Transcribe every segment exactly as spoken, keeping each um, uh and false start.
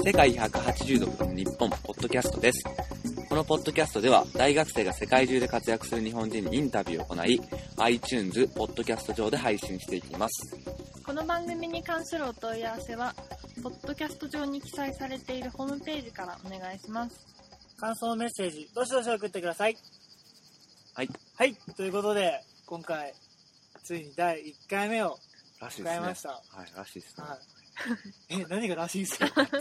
世界ひゃくはちじゅうどの日本ポッドキャストです。このポッドキャストでは大学生が世界中で活躍する日本人にインタビューを行い iTunes、ポッドキャスト上で配信していきます。 この番組に関するお問い合わせはポッドキャスト上に記載されているホームページからお願いします。 感想メッセージどしどし送ってください。 はいはい、ということで今回ついにだいいっかいめをらしいですね。 迎えました。 はい、らしいですね。 はい、え、何がらしいですか？よかった。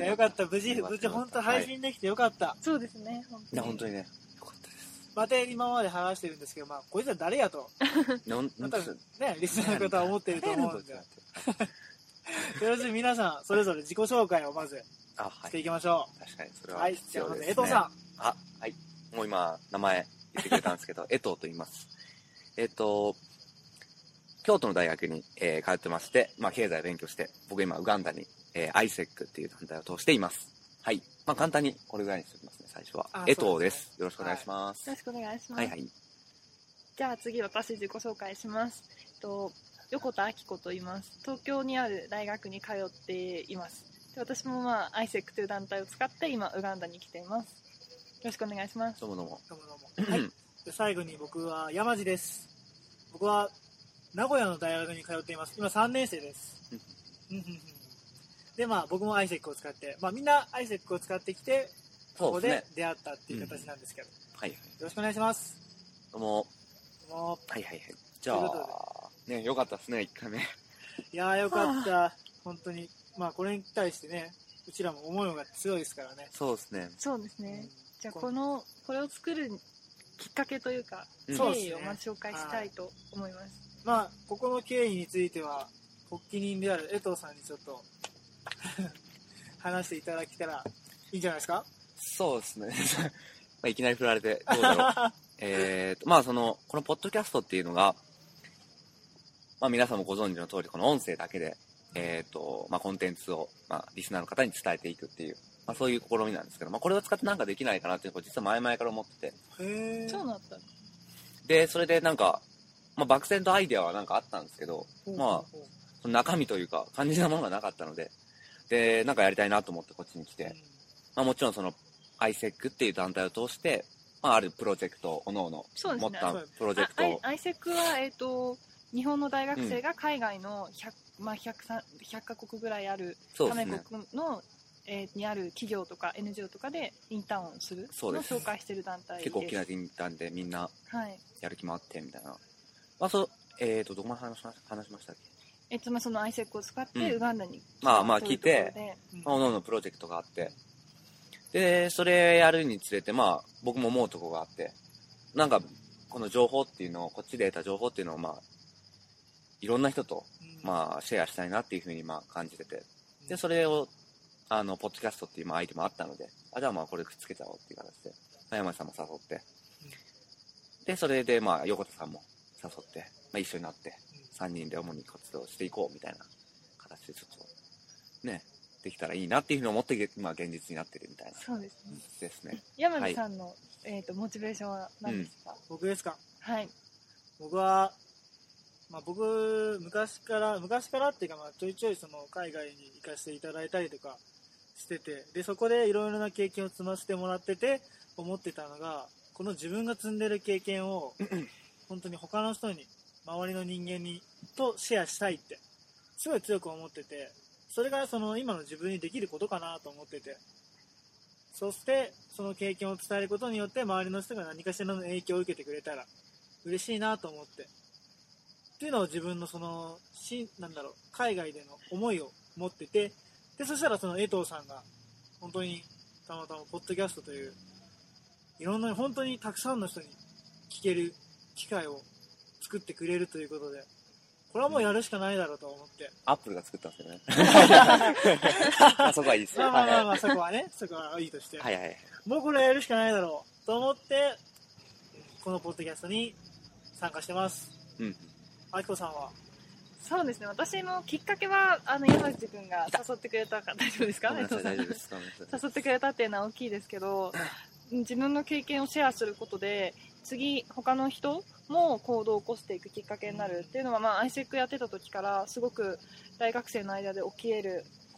よかった。無事、無事本当配信できてよかった。はい、 そうですね。本当に。 いや本当にね、よかったです。また今まで話してるんですけど、まあこいつは誰やと。またね、リスナーの方は思ってると思うんで。とりあえず皆さんそれぞれ自己紹介をまずしていきましょう。 はい、確かにそれは必要ですね。 はい、じゃあまず江藤さん。 あ、はい。もう今名前言ってくれたんですけど、江藤と言います。えっと。京都の大学に、えー、通ってまして、まあ、経済を勉強して、僕今ウガンダに、えー、アイセック っていう団体を通しています。はい。まあ、簡単にこれぐらいにしておきますね、最初は。江藤です。よろしくお願いします。 はい、よろしくお願いします。 はいはい。 じゃあ次私自己紹介します。えっと、横田明子と言います。東京にある大学に通っています。で私もまあ、アイセック という団体を使って今ウガンダに来ています。よろしくお願いします。 どうもどうも。 どうもどうも。はい。で最後に僕は山地です。僕は名古屋の大学に通っています。今さんねん生です。で、まあ僕も アイセック を使って、まあみんな アイセック を使ってきて、ここで出会ったっていう形なんですけど。うん、はい、はい。よろしくお願いします。 どうも。 どうも。 はいはいはい。じゃあ、ね、よかったですね、いっかいめ。いやーよかった。本当に。まあこれに対してね、うちらも思いが強いですからね。 そうですね。 そうですね。うん、じゃあこの、これを作るきっかけというか、経緯をまず紹介したいと思います。 まあ、ここの経緯については発起人である江藤さんにちょっと話していただけたらいいんじゃないですか？ そうですねまあいきなり振られてどうだろうえとまあそのこのポッドキャストっていうのが、まあ、皆さんもご存知の通りこの音声だけで、えーとまあ、コンテンツを、まあ、リスナーの方に伝えていくっていう、まあ、そういう試みなんですけど、まあ、これを使ってなんかできないかなっていうのを実は前々から思ってて、 へそうなったでそれでなんかまあ、漠然とアイデアはなんかあったんですけど、まあ、その中身というか、肝心なものがなかったので、で、なんかやりたいなと思ってこっちに来て、まあもちろんその、アイセック っていう団体を通して、まああるプロジェクト、おのおの、持ったプロジェクトを。 アイセック は、えっと、日本の大学生が海外のひゃく、まあ、ひゃくカ国ぐらいある加盟国の、えー、にある企業とか エヌジーオー とかでインターンをするのを紹介している団体です。 結構大きなインターンでみんなやる気もあってみたいな。はい、まあそうえーとどこまで話しま話しましたっけ？ えっとまあその アイセック を使ってウガンダに、うん、 まあまあ来て、まあ、おのおのプロジェクトがあって、でそれやるにつれてまあ僕も思うところがあって、なんかこの情報っていうのをこっちで得た情報っていうのをまあいろんな人とまあシェアしたいなっていうふうにまあ感じてて、でそれをあのポッドキャストっていうまあアイテムもあったので、あじゃあまあこれくっつけちゃおうっていう形で山地さんも誘って、でそれでまあ横田さんも誘って、まあ、一緒になってさんにんで主に活動していこうみたいな形でちょっとねできたらいいなっていうふうに思って、まあ、現実になってるみたいな。 そうですね。 ですね。 山地さんの、はい、えーと、モチベーションは何ですか？ うん、僕ですか？ はい。 僕は、まあ、僕昔から昔からっていうか、まあ、ちょいちょいその海外に行かせていただいたりとかしてて、でそこでいろいろな経験を積ませてもらってて思ってたのが、この自分が積んでる経験を本当に他の人に周りの人間にとシェアしたいってすごい強く思ってて、それがその今の自分にできることかなと思ってて、そしてその経験を伝えることによって周りの人が何かしらの影響を受けてくれたら嬉しいなと思ってっていうのを自分のそのしなんだろう海外での思いを持ってて、でそしたらその江藤さんが本当にたまたまポッドキャストといういろんな本当にたくさんの人に聞ける機会を作ってくれるということで、これはもうやるしかないだろうと思って。 アップルが作ったんですけどねあそこはいいですね。 まあまあまあまあそこはねそこはいいとして、 はいはい、 もうこれはやるしかないだろうと思ってこのポッドキャストに参加してます。うん。あきこさんは？ そうですね、私のきっかけはあの山口君が誘ってくれたか。大丈夫ですか？ 大丈夫です。 誘ってくれたっていうのは大きいですけど自分の経験をシェアすることで次他の人も行動を起こしていくきっかけになるっていうのは、まあ、アイセック やってた時からすごく大学生の間で起き得る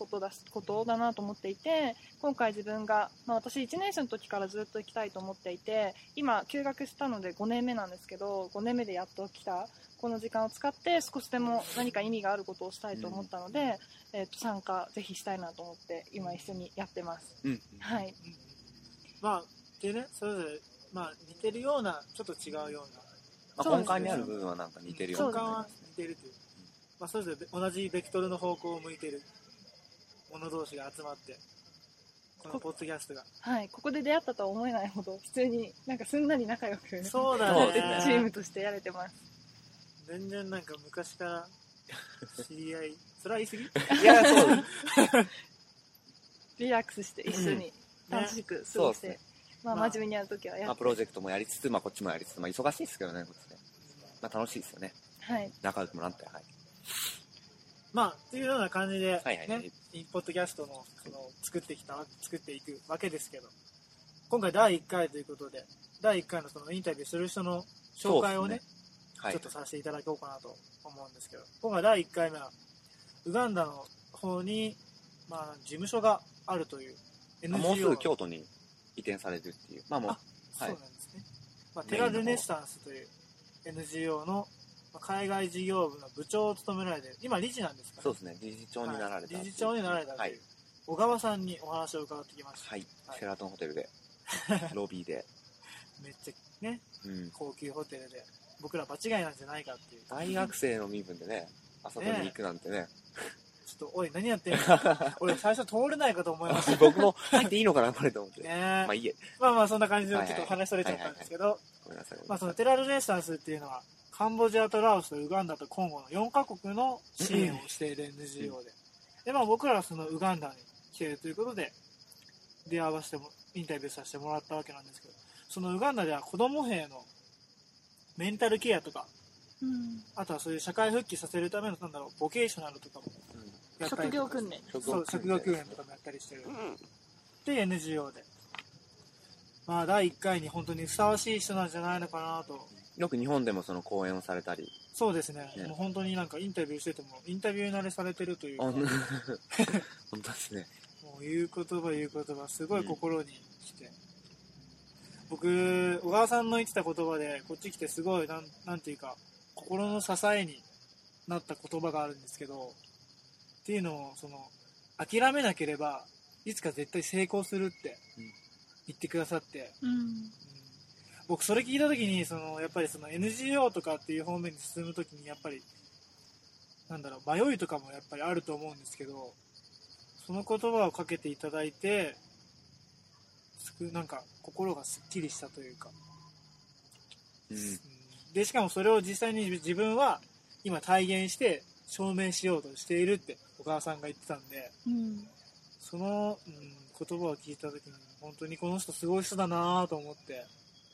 ことだことだなと思っていて、今回自分が、まあ、私いちねん生の時からずっと行きたいと思っていて、今休学したのでごねんめなんですけど、ごねんめでやっと来たこの時間を使って少しでも何か意味があることをしたいと思ったので、うん、えー、と参加ぜひしたいなと思って今一緒にやってます、うん、はい、うん、 まあでね、それぞれ、まあ、似てるようなちょっと違うような、 まあ、根幹にある部分はなんか似てるような、 根幹は似てるという、まあ、それぞれ同じベクトルの方向を向いてる者同士が集まってこのポッドキャストが、 はい、ここで出会ったとは思えないほど普通になんかすんなり仲良く、 そうだね、 チームとしてやれてます。 全然なんか昔から知り合いそれは言い過ぎいやそうリラックスして一緒に楽しく過ごして、ね、まあ、真面目にやるときはやって、 まあ、プロジェクトもやりつつ、まあ、こっちもやりつつ、まあ、忙しいですけどね、こっちで、まあ、楽しいですよね、 はい、 仲良くもなって、はい、 まあっていうような感じで、ね、はいはいはい、ポッドキャストのその作ってきた作っていくわけですけど、今回だいいっかいということでだいいっかいのそのインタビューする人の紹介をね、はい、ちょっとさせていただこうかなと思うんですけど、今回だいいっかいめはウガンダの方に、まあ、事務所があるという エヌジーオー、 もうすぐ京都に移転されるっていう、まあもう、 あ、はい、そうなんですね、まあ、テラルネッサンスという エヌジーオー の海外事業部の部長を務められている、今理事なんですかね。 そうですね、理事長になられた、 はい、理事長になられたという、はい、小川さんにお話を伺ってきました。 はい、はい、シェラトンホテルでロビーでめっちゃね、うん、高級ホテルで僕ら場違いなんじゃないかっていう、 大学生の身分でね、あそこに行くなんてね、 ちょっとおい何やってんの俺最初通れないかと思いました僕も入っていいのかなこれと思って、ね、まあいいえ、 まあまあそんな感じでちょっと話それちゃったんですけど、まあそのテラルネッサンスっていうのはカンボジアとラオスとウガンダとコンゴのよんかこくの支援をしている エヌジーオー で、でまあ僕らはそのウガンダに来ているということで出会わせてもインタビューさせてもらったわけなんですけど、そのウガンダでは子供兵のメンタルケアとか、うん、あとはそういう社会復帰させるためのなんだろうボケーショナルとかもやったり、 職業訓練、 そう職業訓練とかもやったりしてる、うん、で エヌジーオー で、まあだいいっかいに本当にふさわしい人なんじゃないのかなと。 よく日本でもその講演をされたり、 そうです ね, ねもう本当になんかインタビューしててもインタビュー慣れされてるというか本当ですね、 もう言う言葉言う言葉すごい心に来て、うん、僕小川さんの言ってた言葉でこっち来てすごいなんなんていうか心の支えになった言葉があるんですけど、っていうのをその諦めなければいつか絶対成功するって言ってくださって、うんうん、僕それ聞いた時にそのやっぱりその エヌジーオー とかっていう方面に進む時にやっぱりなんだろう迷いとかもやっぱりあると思うんですけど、その言葉をかけていただいてなんか心がすっきりしたというか、うん、でしかもそれを実際に自分は今体現して証明しようとしているって小川さんが言ってたんで、うん、その、うん、言葉を聞いた時に本当にこの人すごい人だなと思って、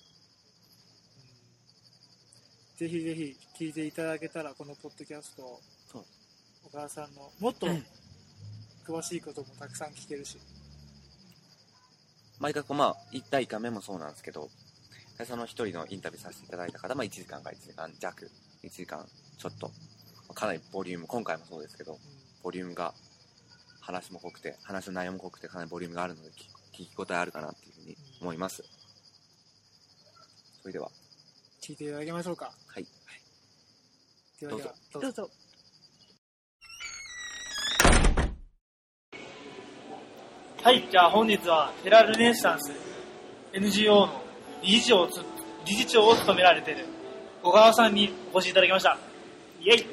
うん、ぜひぜひ聞いていただけたらこのポッドキャストを小川さんのもっと詳しいこともたくさん聞けるし、 毎回まあいちだいいっかいめもそうなんですけど、その一人のインタビューさせていただいた方、まあ、いちじかんからいちじかん弱いちじかんちょっとかなりボリューム、今回もそうですけど、うん、ボリュームが話も濃くて話の内容も濃くてかなりボリュームがあるので聞き応えあるかなっていうふうに思います、うん、それでは聞いていただきましょうか。 はい、はい、 ではではどうぞどうぞ。 はい、じゃあ本日はテラルネッサンス エヌジーオー の理事長を理事長を務められている小川さんにお越しいただきました。イエイよ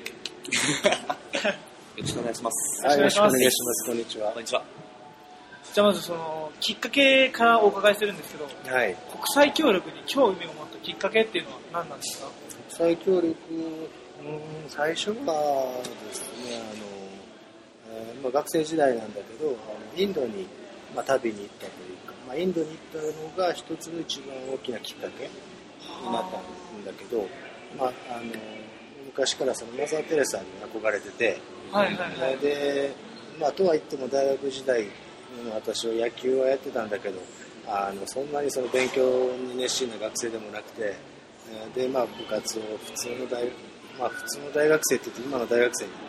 ろしくお願いします。 よろしくお願いします。こんにちは。 こんにちは。 じゃあまずそのきっかけからお伺いするんですけど、 はい、 国際協力に興味を持ったきっかけっていうのは何なんですか？ 国際協力、うん、最初はですね、あの、えーまあ、学生時代なんだけど、あのインドに、まあ、旅に行ったというか、まあ、インドに行ったのが一つの一番大きなきっかけになったんだけど、まあ、あの昔からそのマザー・テレサに憧れてて、 はいはいはい、 で、まあ、とは言っても大学時代私は野球はやってたんだけど、あのそんなにその勉強に熱心な学生でもなくて、で、まあ、部活を普通の大、まあ、普通の大学生って言って今の大学生に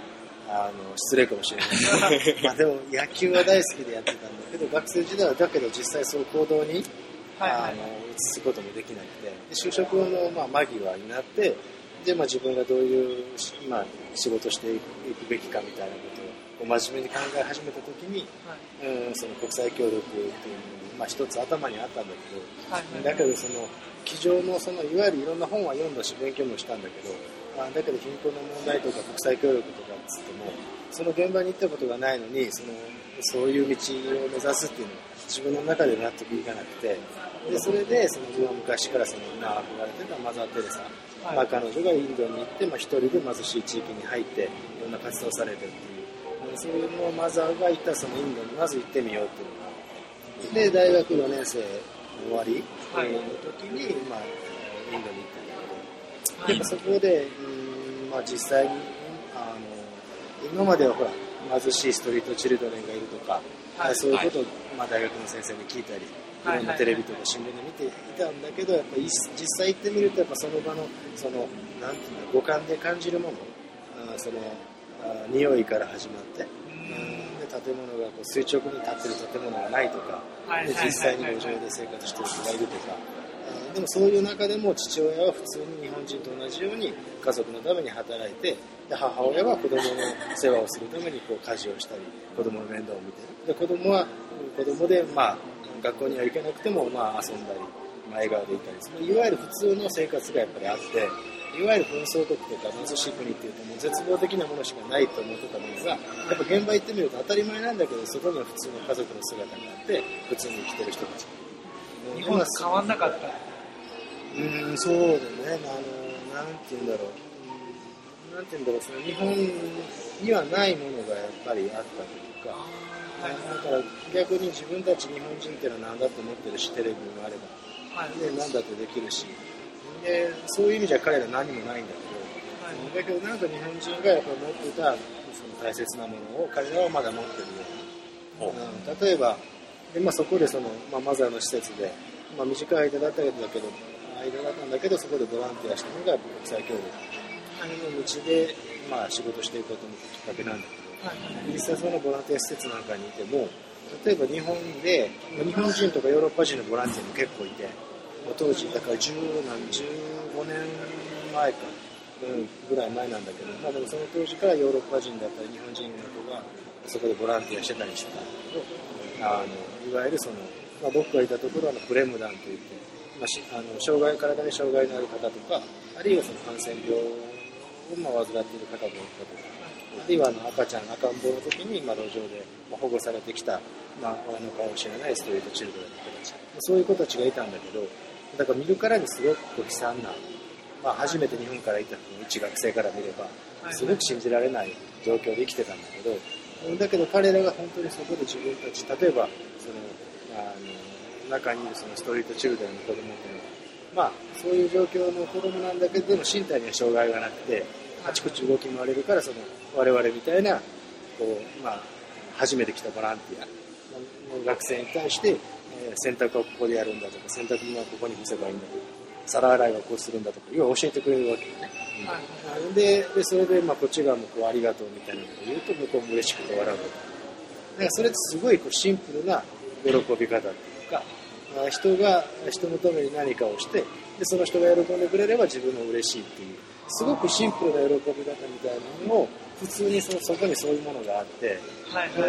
あの失礼かもしれないけどまあでも野球は大好きでやってたんだけど、学生時代はだけど実際そう行動に、はいはい、あの移すこともできなくて、で就職のまあ間際になって、でまあ自分がどういう、まあ、仕事していくべきかみたいなことを真面目に考え始めた時に、はい、うん、その国際協力っていうのまあ、一つ頭にあったんだけど、はいはいはい、だけどその机上のそのいわゆるいろんな本は読んだし勉強もしたんだけど、あだけど貧困の問題とか国際協力とかっつってもその現場に行ったことがないのにそのそういう道を目指すっていうのは自分の中で納得いかなくて、でそれでその自分は昔からその今憧れてたマザー・テレサ、はい、まあ、彼女がインドに行って、まあ、一人で貧しい地域に入っていろんな活動をされてるっていう、そういうのをマザーが行ったそのインドにまず行ってみようっていうのがで大学よねん生の終わりの時に、まあ、インドに行ったんだけど、やっぱそこで、うん、まあ、実際にあの今まではほら貧しいストリートチルドレンがいるとか、はい、そういうことを、まあ、大学の先生に聞いたり、いろんなテレビとか新聞で見ていたんだけど、やっぱり実際行ってみるとやっぱその場のそのなんていうの五感で感じるもの、あそのあ匂いから始まって。建物がこう垂直に立ってる建物がないとか、で実際に路上で生活してる人がいるとか、でもそういう中でも父親は普通に日本人と同じように家族のために働いて、で母親は子供の世話をするためにこう家事をしたり子供の面倒を見てる。で子供は子供で、まあ、学校には行けなくても、まあ、遊んだり、まあ、笑顔でいたりする、いわゆる普通の生活がやっぱりあって、いわゆる紛争国とか貧しい国っていうともう絶望的なものしかないと思ってたものが、やっぱ現場行ってみると当たり前なんだけど、そこには普通の家族の姿があって普通に生きてる人たち。 日本は変わんなかった。 うーん、そうだね。あのなんて言うんだろう。なんて言うんだろう。その日本にはないものがやっぱりあったというか、はい、だから逆に自分たち日本人っていうのは何だと思ってるし、テレビがあれば、はい、で何だってできるし。でそういう意味じゃ彼ら何もないんだけど、はい、だけどなんか日本人がやっぱり持ってたその大切なものを彼らはまだ持ってるような、うん、例えばで、まあ、そこでその、まあ、マザーの施設で、まあ、短い間だったけど間だったんだけどそこでボランティアしたのが国際協力の道で、まあ、仕事していこうと思ったきっかけなんだけど、はい、実際そのボランティア施設なんかにいても例えば日本で日本人とかヨーロッパ人のボランティアも結構いて、当時だからじゅうごねんまえか、うん、ぐらい前なんだけど、まあ、でもその当時からヨーロッパ人だったり日本人の子がそこでボランティアしてたりしてたんだけど、あのいわゆるその、まあ、僕がいたところはプレムダンといって、まあ、しあの障害体に障害のある方とか、あるいはそのハンセン病をまあ患っている方もいたとか、あるいはあの赤ちゃん赤ん坊の時にまあ路上で保護されてきた、まあ、親の顔を知らないストリートチルドレンの子たち、そういう子たちがいたんだけど、だから見るからにすごく悲惨な、まあ、初めて日本から行った一学生から見ればすごく信じられない状況で生きてたんだけど、だけど彼らが本当にそこで自分たち、例えばそのあの中にいるそのストリートチルドレンの子供っていうのは、まあそういう状況の子供なんだけど、でも身体には障害がなくてあちこち動き回れるから、その我々みたいなこう、まあ、初めて来たボランティアの学生に対して洗濯はここでやるんだとか、洗濯物はここに干せばいいんだとか、皿洗いはこうするんだとか、要は教えてくれるわけよね。はい、で, でそれでまあこっち側もこうありがとうみたいなことを言うと向こうも嬉しくて笑うわけだからそれってすごいこうシンプルな喜び方っていうか、人が人のために何かをしてでその人が喜んでくれれば自分も嬉しいっていうすごくシンプルな喜び方みたいなのを普通に そ, そこにそういうものがあって、はいはい、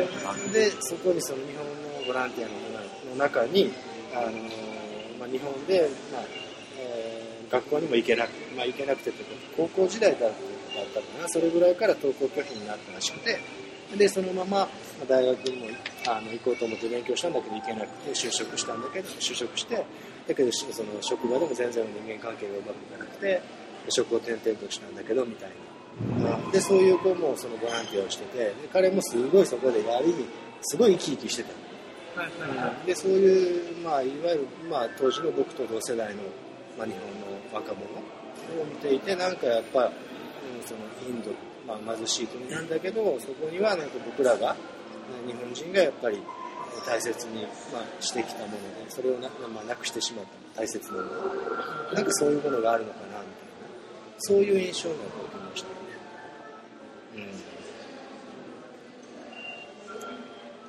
でそこにその日本のボランティアの中にあの、まあ、日本で、まあえー、学校にも行けなく、まあ、行けなくてとか高校時代だったかな、それぐらいから登校拒否になったらしくて、でそのまま大学にもあの行こうと思って勉強したんだけど行けなくて就職したんだけど就職してだけどその職場でも全然人間関係がうまくいかなくて職を転々としたんだけどみたいな。でそういう子もそのボランティアをしてて、で彼もすごいそこでやりすごい生き生きしてた、はいはいはい、でそういう、まあ、いわゆる、まあ、当時の僕と同世代の、まあ、日本の若者を見ていてなんかやっぱ、うん、そのインド、まあ、貧しい国なんだけどそこにはなんか僕らが日本人がやっぱり大切に、まあ、してきたものでそれを な,、まあ、なくしてしまった大切なものなんかそういうものがあるのかなみたいなそういう印象が僕にましたよね。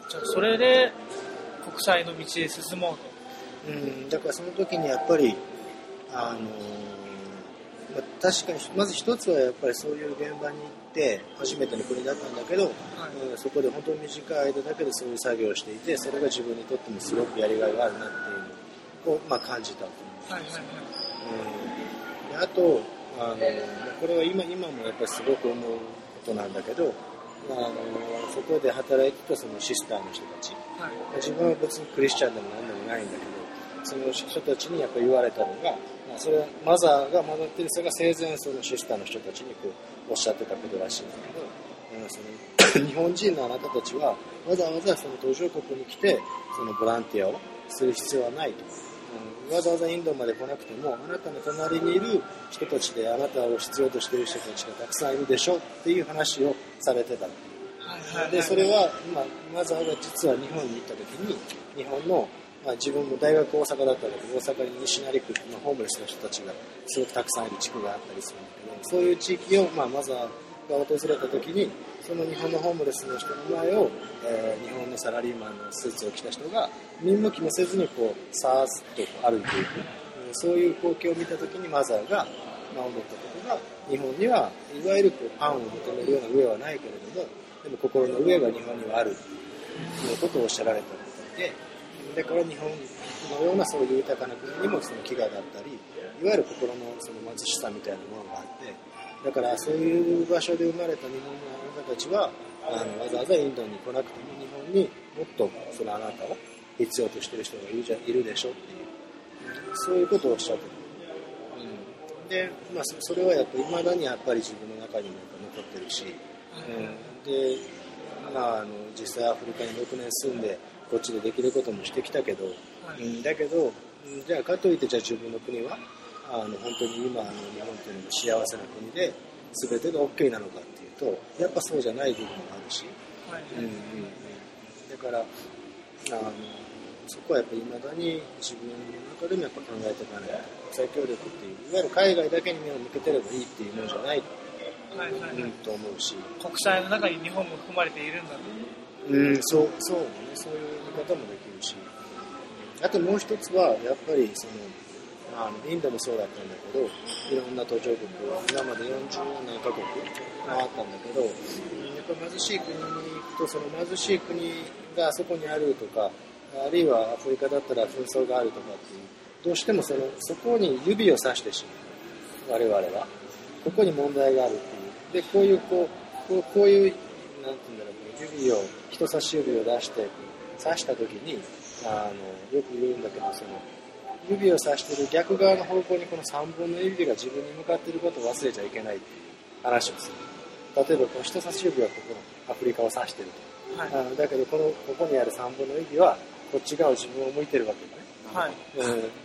じゃあそれで国際の道へ進もうと。 うん、だからその時にやっぱりあのーまあ、確かにまず一つはやっぱりそういう現場に行って初めての国だったんだけど、はい、うん、そこで本当に短い間だけでそういう作業をしていて、それが自分にとってもすごくやりがいがあるなっていうのを、まあ、感じたと思います。はいはいはい、うん、であとあのこれは今今もやっぱりすごく思うことなんだけど、あのそこで働いてたそのシスターの人たち、はい、自分は別にクリスチャンでも何でもないんだけど、その人たちにやっぱり言われたのが、まあ、それはマザーがマザー・テレサが生前そのシスターの人たちにこうおっしゃってたことらしいんだけど、うん、その日本人のあなたたちはわざわざその途上国に来てそのボランティアをする必要はないと、うん、わざわざインドまで来なくてもあなたの隣にいる人たちであなたを必要としている人たちがたくさんいるでしょっていう話をされてた。でそれは、まあ、マザーが実は日本に行った時に日本の、まあ、自分も大学大阪だったんだけど大阪に西成区のホームレスの人たちがすごくたくさんいる地区があったりするんだけど、そういう地域を、まあ、マザーが訪れた時にその日本のホームレスの人の前を、えー、日本のサラリーマンのスーツを着た人が見向きもせずにこうさーっと歩いていく、そういう光景を見た時にマザーが、まあ、思ったことが日本にはいわゆるこうパンを求めるような上はないけれどもでも心の上が日本にはあるということをおっしゃられたことで、だから日本のようなそういう豊かな国にもその飢餓だったりいわゆる心のその貧しさみたいなものがあって、だからそういう場所で生まれた日本のあなたたちはあのわざわざインドに来なくても日本にもっとそのあなたを必要としている人がいるじゃいるでしょっていうそういうことをおっしゃってる、うん、で、まあ、それはやっぱり未だにやっぱり自分の中にも残ってるし、うん、で、まあ、あの実際アフリカにろくねん住んでこっちでできることもしてきたけど、うん、だけどじゃあかといってじゃあ自分の国はあの本当に今あの日本というのが幸せな国で全てが OK なのかっていうとやっぱそうじゃない部分もあるし、うんうんうん、だからあのそこはやっぱり未だに自分の中でもやっぱ考えていかないと国際協力っていういわゆる海外だけに目を向けてればいいっていうものじゃないはいはいはい、うん、と思うし国際の中に日本も含まれているんだと、 うん、そうそうね、そういう見方もできるし、あともう一つはやっぱりその、まあ、インドもそうだったんだけどいろんな途上国は今までよんじゅうなんか国回ったんだけど、やっぱ貧しい国に行くとその貧しい国があそこにあるとかあるいはアフリカだったら紛争があるとかっていうどうしてもそのそこに指を指してしまう我々はここに問題があるっていうでこういうこうこうこういうなんていうんだろう指を人差し指を出して指した時にあのよく言うんだけどその指を指してる逆側の方向にこのさんぼんの指が自分に向かっていることを忘れちゃいけないっていう話をする。例えばこの人差し指はここのアフリカを指してると、はい、あだけどこのここにあるさんぼんの指はこっち側を自分を向いてるわけだね。はい、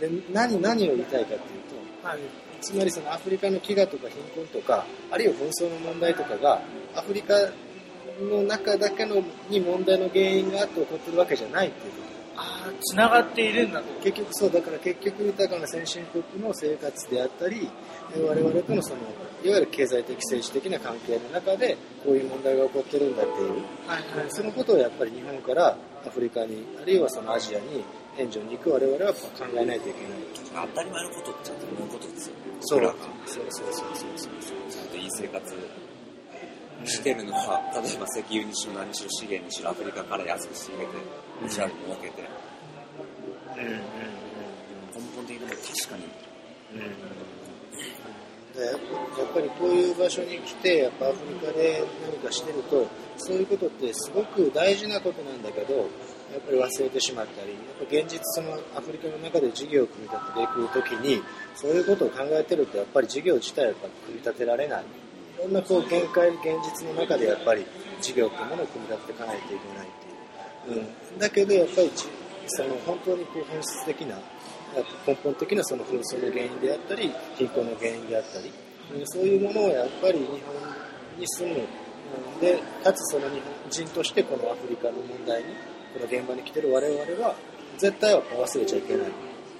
うん、で何何を言いたいかっていうと、はい、つまりそのアフリカの飢餓とか貧困とかあるいは紛争の問題とかがアフリカの中だけのに問題の原因があって起こってるわけじゃないっていうこと。 ああ、つながっているんだと。 結局そうだから結局豊かな先進国の生活であったり我々とのそのいわゆる経済的政治的な関係の中でこういう問題が起こってるんだっていう、はいはい、そのことをやっぱり日本からアフリカにあるいはそのアジアに援助に行く我々は考えないといけない。 当たり前のことってちゃんと思うことですよ。 そうそうそうそうそうそう。 ちゃんといい生活してるのは、例えば石油にしろ何にしろ資源にしろアフリカから安く仕入れてうちらに分けて、うんうんうんうん、根本的にも確かに、 うんうんでやっぱりこういう場所に来てやっぱアフリカで何かしてるとそういうことってすごく大事なことなんだけどやっぱり忘れてしまったりやっぱ現実そのアフリカの中で事業を組み立てていくときにそういうことを考えてるとやっぱり事業自体はやっぱ組み立てられないいろんなこう限界現実の中でやっぱり事業というものを組み立てていかないといけないっていう、うん、だけどやっぱりその本当にこう本質的な根本的なその紛争の原因であったり貧困の原因であったりそういうものをやっぱり日本に住むでかつその日本人としてこのアフリカの問題にこの現場に来てる我々は絶対は忘れちゃいけない、うん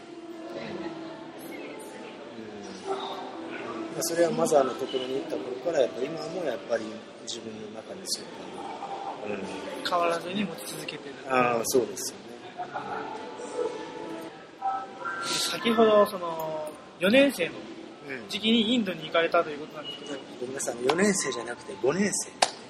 うん、それはマザーのところに行った頃からやっぱり今もやっぱり自分の中にそういう変わらずに持ち続けてる。 ああ、そうですよね。 先ほどそのよねん生の時期にインドに行かれたということなんですけど、 ごめんなさい、よねん生じゃなくてごねん生。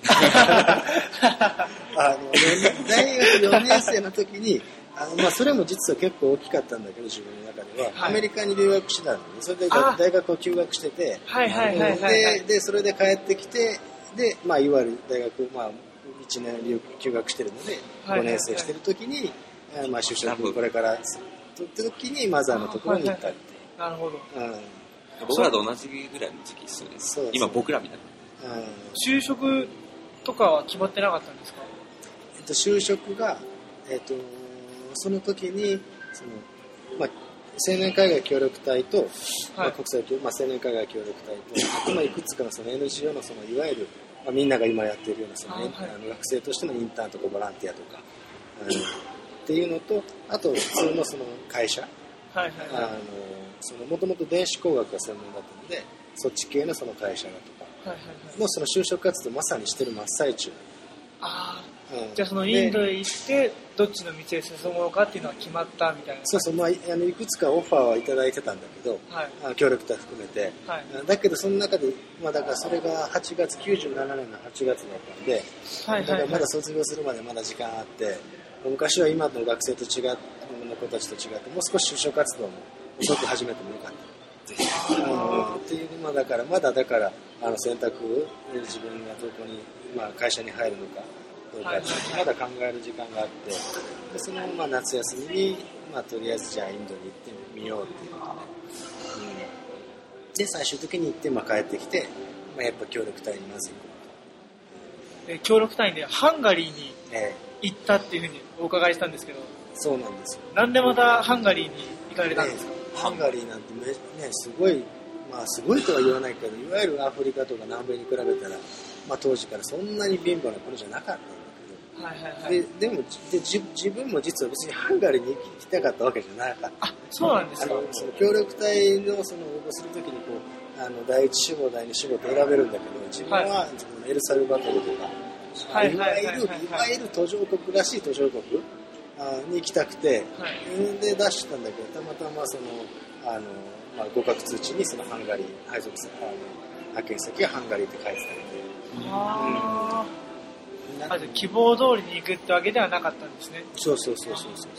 あの大学よねん生の時にあの、まあ、それも実は結構大きかったんだけど自分の中では、はい、アメリカに留学してたので、それで大学を休学してて、 はいはいはいはいはい、 ででそれで帰ってきて、で、まあ、いわゆる大学、まあ、いちねん休学してるので、ごねん生してる時に、はいはいはい、まあ、就職これからとって時にマザーのところに行ったっていう。 なるほど、 うん、僕らと同じぐらいの時期一緒です。そうです、今僕らみたいな、 うん、就職とかは決まってなかったんですか？ えっと、就職が、えっと、その時にその、まあ、青年海外協力隊と、はい、まあ、国際、まあ、青年海外協力隊と、あとまあいくつかのその エヌジーオー のそのいわゆる、まあ、みんなが今やっているようなその、ね、あ、はい、あの学生としてのインターンとかボランティアとか、うん、っていうのと、あと普通のその会社、はいはいはい、あのそのもともと電子工学が専門だったので、そっち系のその会社だとか、はいはいはい、のその就職活動まさにしてる真っ最中。 ああ、うん、じゃあそのインドへ行ってどっちの道へ進もうかっていうのは決まったみたいな。 そうそう、まあ、あのいくつかオファーはいただいてたんだけど、はい、あの協力隊含めて、はい、だけどその中で、まあ、だからそれがはちがつきゅうじゅうななねんのはちがつだったんで、はいはいはい、だからまだ卒業するまでまだ時間あって、昔は今の学生と違っての子たちと違ってもう少し就職活動も遅く始めてもよかった。あのっていう、まあ、だからまだだからあの選択を自分がどこに、まあ、会社に入るのかどうかってまだ考える時間があって、でそのまあ夏休みに、まあ、とりあえずじゃあインドに行ってみようっていうことで、うん、で最終的に行って、まあ、帰ってきて、まあ、やっぱ協力隊にまず行こうと。で協力隊でハンガリーに行ったっていうふうにお伺いしたんですけど、 そうなんですよ。 なんでまたハンガリーに行かれたんですか？ ね、ハンガリーなんてね、すごい、まあすごいとは言わないけど、いわゆるアフリカとか南米に比べたら、まあ当時からそんなに貧乏な国じゃなかったんだけど、はいはいはい、で, でもで自分も実は別にハンガリーに行きたかったわけじゃなかった。 あ、そうなんですか。 あのその協力隊のその応募するときにこうあの第一志望第二志望って選べるんだけど、自分は自分のエルサルバトルとか、はい、いわゆるいわゆる途上国らしい途上国に行きたくて、はい、で出したんだけど、たまたまそのあの、まあ、合格通知にそのハンガリー配属さあの派遣先がハンガリーって書いてたので、 あ、うん、あ、じゃ希望通りに行くってわけではなかったんですね。 そうそうそうそうそう、うん、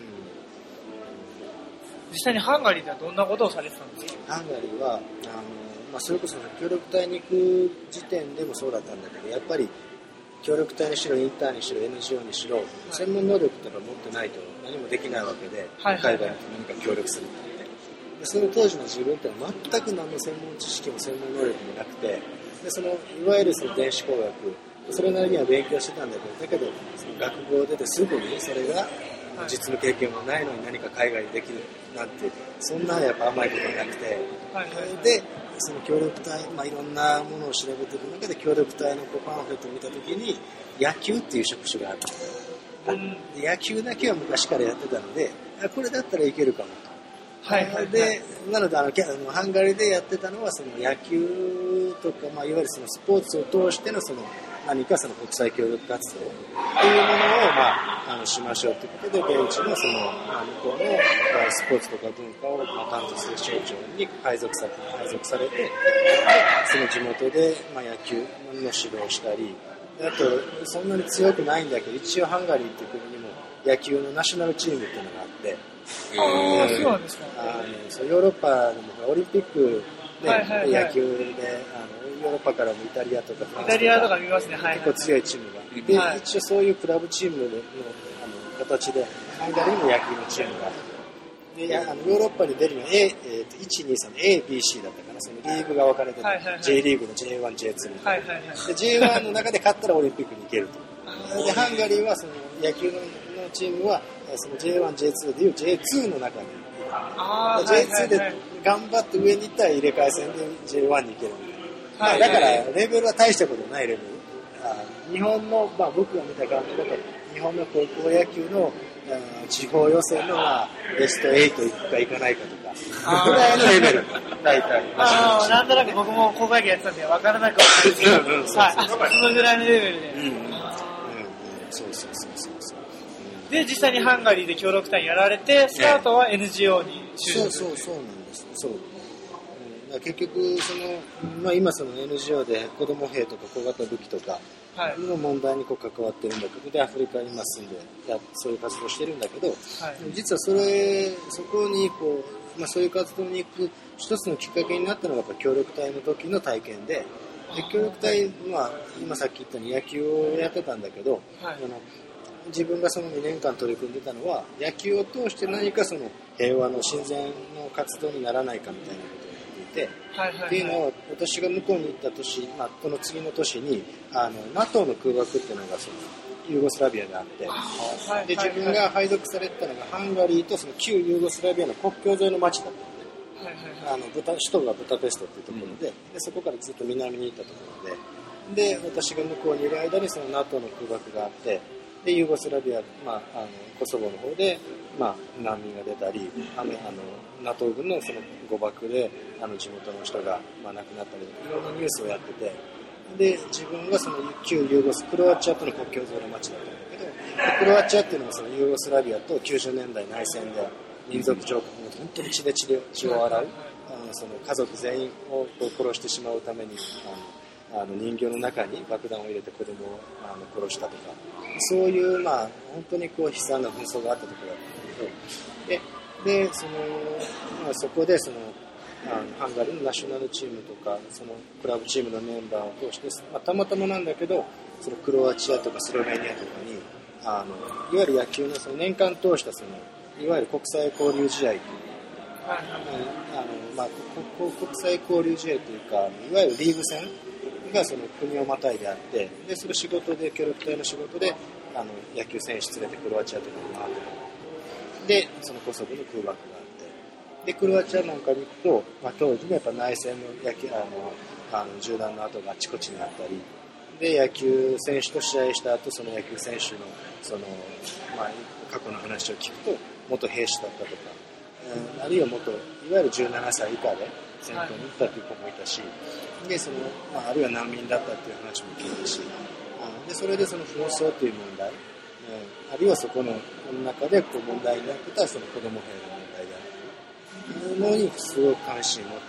実際にハンガリーではどんなことをされてたんですか？ ハンガリーはあの、まあ、それこそ協力隊に行く時点でもそうだったんだけど、やっぱり協力隊にしろインターンにしろ エヌジーオー にしろ、はい、専門能力とか持ってないと何もできないわけで、はいはいはい、海外と何か協力するってでその当時の自分ってのは全く何の専門知識も専門能力もなくて、でそのいわゆるその電子工学それなりには勉強してたんだけど、だけどその学部を出てすぐにそれが実務経験もないのに何か海外でできるなんてそんなやっぱ甘いことはなくて、はいはいはい、でその協力隊、まあ、いろんなものを調べていく中で協力隊のパンフレットを見たときに野球っていう職種があった、うん、で野球だけは昔からやってたのでこれだったらいけるかもと、はいはいはい、でなのであのあのハンガリーでやってたのはその野球とか、まあ、いわゆるそのスポーツを通してのその何かその国際協力活動というものを、まあ、あのしましょうということで現地のその、まあ、向こうのスポーツとか文化を、まあ、担当する省庁に配属されて、配属されてでその地元で、まあ、野球の指導をしたり、あとそんなに強くないんだけど一応ハンガリーっていう国にも野球のナショナルチームっていうのがあって、 ああ、そうなんですか。 あのそうヨーロッパでもオリンピックで、はいはいはい、野球であのヨーロッパからもイタリアとかフランスとかイタリアとか見ますね、はいはい、 結構強いチームが、で、はい、一応そういうクラブチーム の, の, あの形でハンガリーにも野球のチームがあってであのヨーロッパに出るのは A、えー、いち、に、さん エービーシー だったかな、そのリーグが分かれてて、はいはいはい、J リーグの ジェイワン、ジェイツー みたいな、はいはいはい、で ジェイワン の中で勝ったらオリンピックに行けるとでハンガリーはその野球 の, のチームはその ジェイワン、ジェイツー でいう ジェイツー の中にあ ジェイツー で頑張って上に行ったら入れ替え戦で ジェイワン に行けるみたいな、はいはいはい、だからレベルは大したことないレベル、あ日本の、まあ、僕が見た感じだと日本の高校野球の地方予選の、まあ、ベストはち行くか行かないかとかぐらいのレベル大体ああ、なんとなく僕も高校野球やってたんで分からなくはないですけど、はい、そのぐらいのレベルで、うんうん、 そうそうそうそうそう。 で、実際にハンガリーで協力隊やられて、その後は エヌジーオー に就職。 そうそうそうなんです。そう。結局その、まあ、今その エヌジーオー で子ども兵とか小型武器とかの問題にこう関わってるんだけど、でアフリカに今住んでやそういう活動してるんだけど、はい、実はそれそこにこう、まあ、そういう活動に行く一つのきっかけになったのがやっぱ協力隊の時の体験で、で協力隊は今さっき言ったように野球をやってたんだけど、はい、あの自分がそのにねんかん取り組んでたのは野球を通して何かその平和の親善の活動にならないかみたいなことをやっていて、はいはいはい、っていうのは私が向こうに行った年、まあ、この次の年にあの ナトー の空爆っていうのがそのユーゴスラビアであって、はい、で自分が配属されてたのがハンガリーとその旧ユーゴスラビアの国境沿いの町だったので、はいはいはい、あのブタ首都がブタペストっていうところで、うん、でそこからずっと南に行ったところで、で私が向こうにいる間にその ナトー の空爆があって、でユーゴスラビア、まあ、あのコソボの方で、まあ、難民が出たり、あの ナトー 軍のその誤爆であの地元の人が、まあ、亡くなったりいろんなニュースをやってて、で自分がその旧ユーゴスクロアチアとの国境沿いの町だったんだけど、クロアチアっていうのもそのユーゴスラビアときゅうじゅうねんだい内戦で民族浄化、本当に血で血で血を洗う、あのその家族全員を殺してしまうためにあのあの人形の中に爆弾を入れて子供をあの殺したとか、そういう、まあ、本当にこう悲惨な紛争があったところだったんだけど、で、でその、まあ、そこでそのあのハンガリーのナショナルチームとかそのクラブチームのメンバーを通して、まあ、たまたまなんだけどそのクロアチアとかスロベニアとかにあのいわゆる野球のその年間通したそのいわゆる国際交流試合というあの、まあ、国際交流試合というかいわゆるリーグ戦がその国をまたいであって、でそれ仕事で協力隊の仕事であの野球選手連れてクロアチアとかに回ってでそのコソボの空爆があって、でクロアチアなんかに行くと、まあ、当時のやっぱ内戦の野球あのあの銃弾の跡があちこちにあったりで、野球選手と試合した後その野球選手のその、まあ、過去の話を聞くと元兵士だったとか、うん、あるいは元いわゆるじゅうななさい以下で戦闘に行ったという子もいたし、でそのまあ、あるいは難民だったという話も聞いたし、うん、でそれでその紛争という問題、うん、あるいはそこの中でこう問題になってたその子ども兵の問題であるというのにすごく関心を持って、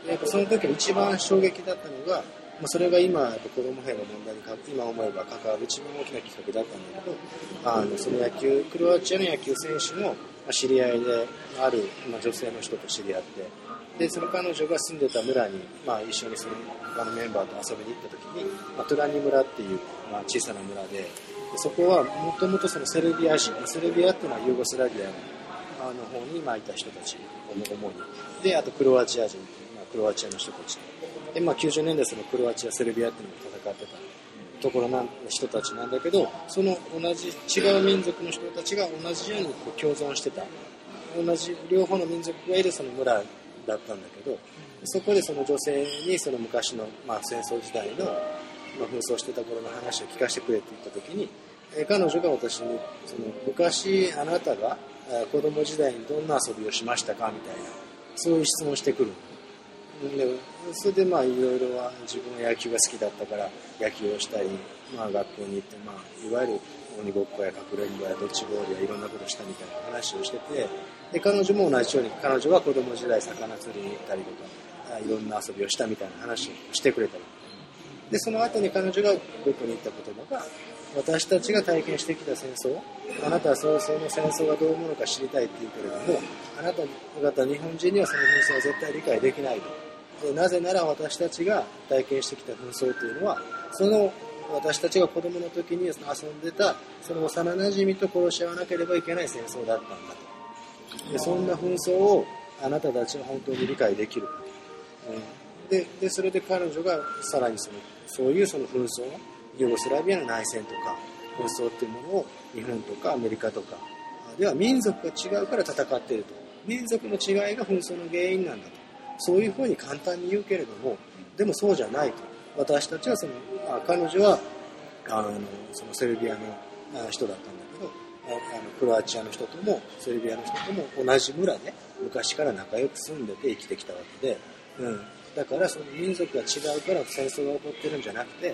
でやっぱその時の一番衝撃だったのが、まあ、それが今やっぱ子ども兵の問題に今思えば関わる一番大きなきっかけだったんだけど、あのその野球クロアチアの野球選手の知り合いである、まあ、女性の人と知り合って、でその彼女が住んでた村に、まあ、一緒にその他のメンバーと遊びに行った時に、まあ、トゥラニ村っていう、まあ、小さな村で、でそこはもともとそのセルビア人、セルビアっていうのはユーゴスラビアのあの方にまあいた人たち主にで、あとクロアチア人、まあ、クロアチアの人たちで、まあ、きゅうじゅうねんだいそのクロアチアセルビアっていうのが戦ってたところの人たちなんだけど、その同じ違う民族の人たちが同じようにこう共存してた、同じ両方の民族がいるその村だったんだけど、そこでその女性にその昔の、まあ、戦争時代の、まあ、紛争してた頃の話を聞かせてくれって言った時に、え彼女が私にその昔あなたが子供時代にどんな遊びをしましたかみたいな、そういう質問してくる。でそれでまあいろいろは自分は野球が好きだったから野球をしたり、まあ、学校に行って、まあ、いわゆる鬼ごっこやかくれんぼやドッジボールやいろんなことしたみたいな話をしてて、で彼女も同じように彼女は子供時代魚釣りに行ったりとかいろんな遊びをしたみたいな話をしてくれたり、でその後に彼女が僕に言った言葉が、私たちが体験してきた戦争、あなたはその戦争がどういうものか知りたいって言うけれども、あなた方日本人にはその紛争は絶対理解できないと。でなぜなら私たちが体験してきた紛争というのは、その私たちが子供の時に遊んでたその幼なじみと殺し合わなければいけない戦争だったんだと。でそんな紛争をあなたたちは本当に理解できるかと。ででそれで彼女がさらにそのそういうその紛争、ユーゴスラビアの内戦とか紛争っていうものを日本とかアメリカとかでは民族が違うから戦っていると、民族の違いが紛争の原因なんだと、そういうふうに簡単に言うけれども、でもそうじゃないと。私たちはそのあ彼女はあのそのセルビアの人だったんだけど、あのクロアチアの人ともセルビアの人とも同じ村で昔から仲良く住んでて生きてきたわけで、うん、だからその民族が違うから戦争が起こってるんじゃなくて、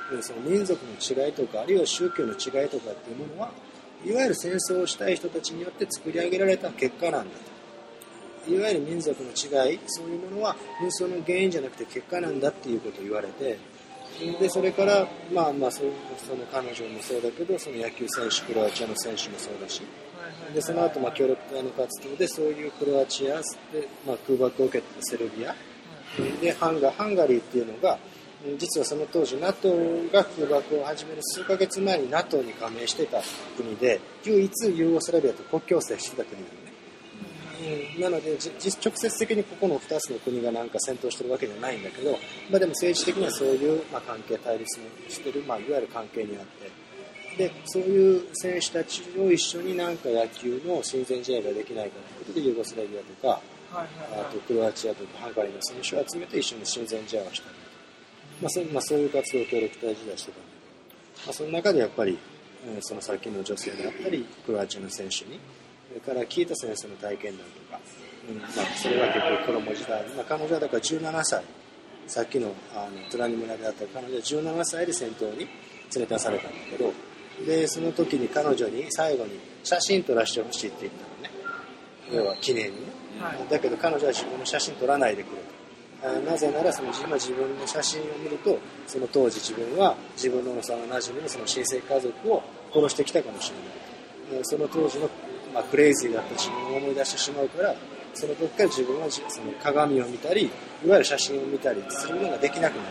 その民族の違いとかあるいは宗教の違いとかっていうものはいわゆる戦争をしたい人たちによって作り上げられた結果なんだと。いわゆる民族の違い、そういうものは紛争の原因じゃなくて結果なんだっていうことを言われて、でそれからまあまあそのその彼女もそうだけど、その野球選手、クロアチアの選手もそうだし、でその後まあ協力隊の活動でそういうクロアチアで、まあ、空爆を受けたセルビアでハンガハンガリーっていうのが実はその当時 ナトー が空爆を始める数ヶ月前に ナトー に加盟してた国で唯一ユーゴスラビアと国境を接してた国なのね。うん、なので直接的にここのふたつの国がなんか戦闘してるわけじゃないんだけど、まあ、でも政治的にはそういう、まあ、関係対立してる、まあ、いわゆる関係にあってでそういう選手たちを一緒になんか野球の親善試合ができないかということでユーゴスラビアとか、はいはいはい、あとクロアチアとかハンガリーの選手を集めて一緒に親善試合をしたり、まあそまあ、そういう活動を協力隊時代してたんだけど、まあ、その中でやっぱり、うん、そのさっきの女性であったりクロアチアの選手にそれから聞いた戦争の体験談とか、うんまあ、それは結構子供時代、まあ、彼女はだからじゅうななさい、さっきのあのトラニ村であった彼女はじゅうななさいで戦闘に連れ出されたんだけど、でその時に彼女に最後に写真撮らせてほしいって言ったのね、要は記念にね、はい、だけど彼女は自分の写真撮らないでくれと。なぜならその今自分の写真を見るとその当時自分は自分の幼馴染のその親戚家族を殺してきたかもしれない。その当時のまあ、クレイジーだった自分を思い出してしまうからその時から自分はその鏡を見たりいわゆる写真を見たりするのができなくなった。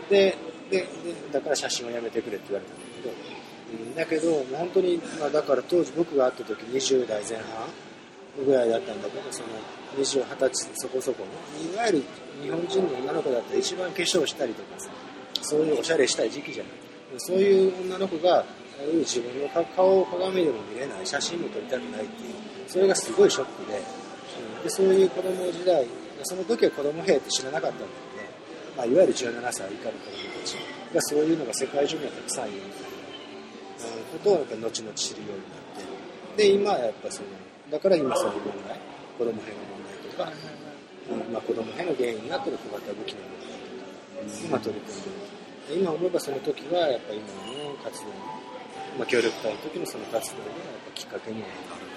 でででだから写真をやめてくれって言われたんだけど、うん、だけど本当に、まあ、だから当時僕が会った時にじゅうだいぜんはんぐらいだったんだけどそのにじゅう、はたちそこそこのいわゆる日本人の女の子だったら一番化粧したりとかさそういうおしゃれしたい時期じゃない。そういう女の子が自分の顔を鏡でも見れない写真も撮りたくないっていうそれがすごいショックで、でそういう子供時代その時は子供兵って知らなかったんだけど、まあ、いわゆるじゅうななさい以下の子供たちがそういうのが世界中にはたくさんいるみたいなことをやっぱ後々知るようになってで今はやっぱそのだから今そういう問題子供兵の問題とか、うんまあ、子供兵の原因になっている小型武器の問題とか今取り組んでる今思えばその時はやっぱり今の活動のまあ、協力隊の時のその活動がやっぱきっかけにはなる。